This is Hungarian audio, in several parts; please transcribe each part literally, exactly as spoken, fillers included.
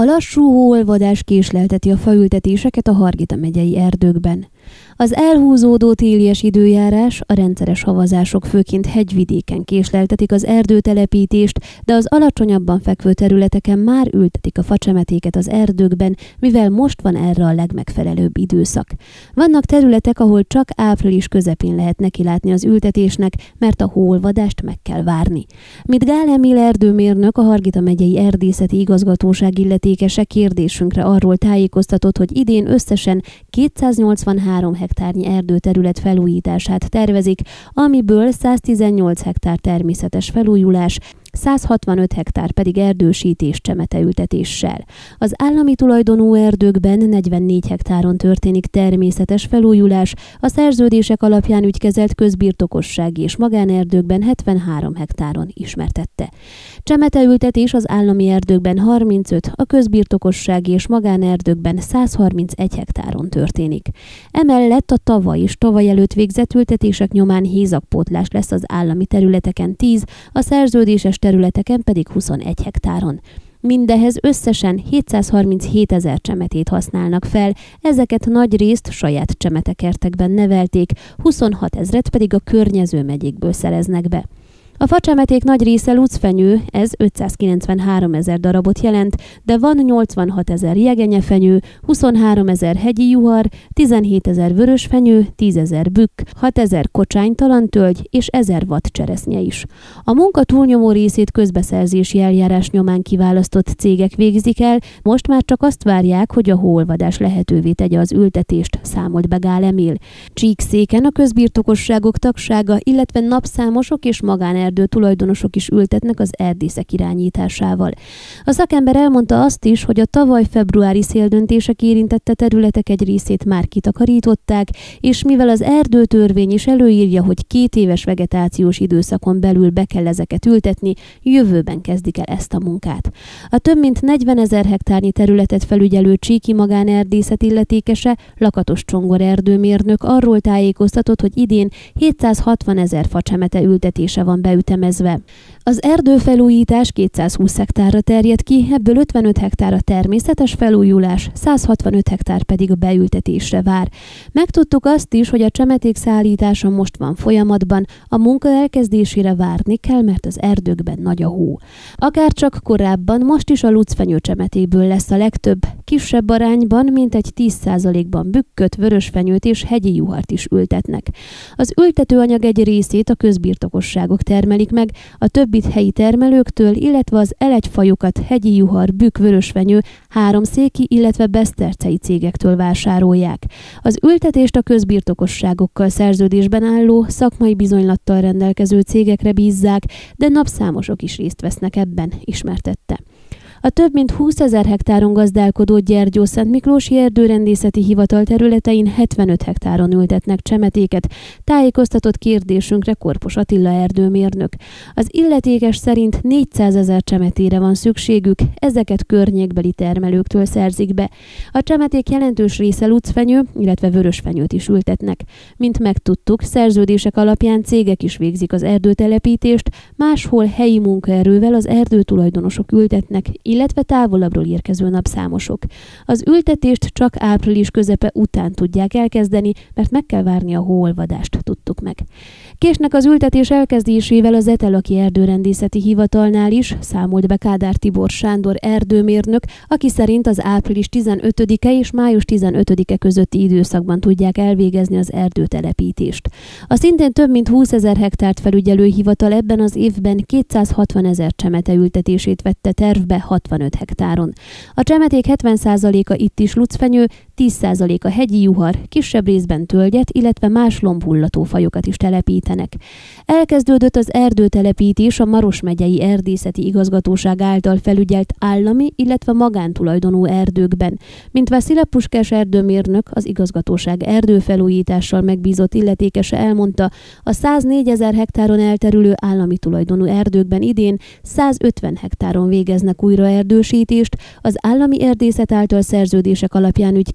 A lassú hóolvadás késlelteti a faültetéseket a Hargita megyei erdőkben. Az elhúzódó télies időjárás, a rendszeres havazások főként hegyvidéken késleltetik az erdőtelepítést, de az alacsonyabban fekvő területeken már ültetik a facsemetéket az erdőkben, mivel most van erre a legmegfelelőbb időszak. Vannak területek, ahol csak április közepén lehet nekilátni az ültetésnek, mert a hóolvadást meg kell várni. Mint Gál Emil erdőmérnök, a Hargita megyei erdészeti igazgatóság illetékese kérdésünkre arról tájékoztatott, hogy idén összesen kétszáznyolcvanhárom hektárnyi erdőterület felújítását tervezik, amiből száztizennyolc hektár természetes felújulás, száz hatvanöt hektár pedig erdősítés csemeteültetéssel. Az állami tulajdonú erdőkben negyvennégy hektáron történik természetes felújulás, a szerződések alapján ügykezelt közbirtokossági és magánerdőkben hetvenhárom hektáron ismertette. Csemeteültetés az állami erdőkben harmincöt, a közbirtokossági és magánerdőkben száz harmincegy hektáron történik. Emellett a tavaly és tavaly előtt végzett ültetések nyomán hézagpótlás lesz az állami területeken tíz, a szerződéses területeken pedig huszonegy hektáron. Mindehhez összesen hétszázharminchét csemetét használnak fel, ezeket nagy részt saját csemetekertekben nevelték, huszonhat ezret pedig a környező megyékből szereznek be. A facsemeték nagy része lucfenyő, ez ötszázkilencvenhárom ezer darabot jelent, de van nyolcvanhat ezer jegenyefenyő, huszonhárom ezer hegyi juhar, tizenhét ezer vörösfenyő, tíz ezer bükk, hat ezer kocsánytalan tölgy és ezer watt cseresznye is. A munka túlnyomó részét közbeszerzési eljárás nyomán kiválasztott cégek végzik el, most már csak azt várják, hogy a hóolvadás lehetővé tegye az ültetést, számolt be Gál Emil. Csíkszéken a közbirtokosságok tagsága, illetve napszámosok és magán erdő tulajdonosok is ültetnek az erdészek irányításával. A szakember elmondta azt is, hogy a tavaly februári széldöntések érintette területek egy részét már kitakarították, és mivel az erdőtörvény is előírja, hogy két éves vegetációs időszakon belül be kell ezeket ültetni, jövőben kezdik el ezt a munkát. A több mint negyvenezer hektárnyi területet felügyelő csíki magánerdészet illetékese, Lakatos Csongor erdőmérnök arról tájékoztatott, hogy idén hétszázhatvan ezer facsemete ültetése van beütemezve. Az erdőfelújítás kétszázhúsz hektárra terjed ki, ebből ötvenöt hektár a természetes felújulás, száz hatvanöt hektár pedig a beültetésre vár. Megtudtuk azt is, hogy a csemeték szállítása most van folyamatban, a munka elkezdésére várni kell, mert az erdőkben nagy a hó. Akárcsak korábban, most is a lucfenyő csemetékből lesz a legtöbb, kisebb arányban, mint egy tíz százalékban bükköt, vörösfenyőt és hegyi juhart is ültetnek. Az ültetőanyag egy részét a közbirtokosságok termelik meg, a többit helyi termelőktől, illetve az elegyfajokat hegyi juhar, bükk, vörösfenyő, háromszéki, illetve besztercei cégektől vásárolják. Az ültetést a közbirtokosságokkal szerződésben álló, szakmai bizonylattal rendelkező cégekre bízzák, de napszámosok is részt vesznek ebben, ismertette. A több mint húszezer hektáron gazdálkodó Gyergyószentmiklósi Erdőrendészeti Hivatal területein hetvenöt hektáron ültetnek csemetéket, tájékoztatott kérdésünkre Korpos Attila erdőmérnök. Az illetékes szerint négyszázezer csemetére van szükségük, ezeket környékbeli termelőktől szerzik be. A csemeték jelentős része lucfenyő, illetve vörösfenyőt is ültetnek. Mint megtudtuk, szerződések alapján cégek is végzik az erdőtelepítést, máshol helyi munkaerővel az erdőtulajdonosok ültetnek, illetve távolabbról érkező napszámosok. Az ültetést csak április közepe után tudják elkezdeni, mert meg kell várni a hóolvadást, tudtuk meg. Késnek az ültetés elkezdésével az Etelaki Erdőrendészeti Hivatalnál is, számolt be Kádár Tibor Sándor erdőmérnök, aki szerint az április tizenötödike és május tizenötödike közötti időszakban tudják elvégezni az erdőtelepítést. A szintén több mint húszezer hektárt felügyelő hivatal ebben az évben kétszázhatvan ezer csemete ültetését vette tervbe hatvanöt hektáron. A csemeték hetven százaléka itt is lucfenyő, tíz százaléka hegyi juhar, kisebb részben tölgyet, illetve más lombhullató fajokat is telepítenek. Elkezdődött az erdőtelepítés a Maros megyei erdészeti igazgatóság által felügyelt állami, illetve magántulajdonú erdőkben. Mint Vaszile Puskás erdőmérnök, az igazgatóság erdőfelújítással megbízott illetékese elmondta, a száznégy ezer hektáron elterülő állami tulajdonú erdőkben idén százötven hektáron végeznek újra erdősítést, az állami erdészet által szerződések alapján ügykezett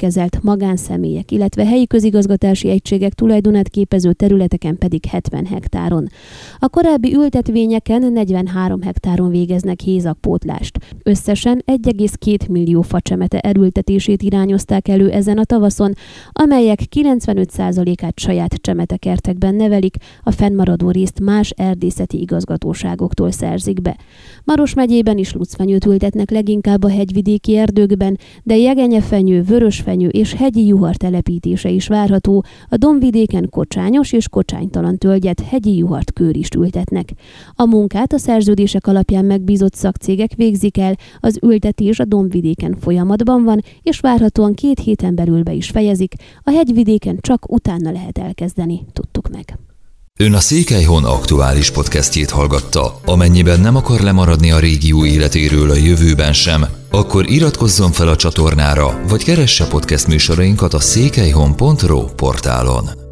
kezelt magánszemélyek, illetve helyi közigazgatási egységek tulajdonát képező területeken pedig hetven hektáron. A korábbi ültetvényeken negyvenhárom hektáron végeznek hézagpótlást. Összesen egy egész két millió facsemete erültetését irányozták elő ezen a tavaszon, amelyek kilencvenöt százalékát saját csemetekertekben nevelik, a fennmaradó részt más erdészeti igazgatóságoktól szerzik be. Maros megyében is lucfenyőt ültetnek leginkább a hegyvidéki erdőkben, de jegenyefenyő, vörösfenyő és hegyi juhar telepítése is várható, a dombvidéken kocsányos és kocsánytalan tölgyet, hegyi juhart kőrist ültetnek. A munkát a szerződések alapján megbízott szakcégek végzik el, az ültetés a dombvidéken folyamatban van, és várhatóan két héten belül be is fejezik, a hegyvidéken csak utána lehet elkezdeni, tudtuk meg. Ön a Székelyhon aktuális podcastjét hallgatta. Amennyiben nem akar lemaradni a régió életéről a jövőben sem, akkor iratkozzon fel a csatornára, vagy keresse podcast műsorainkat a székelyhon pont ro portálon.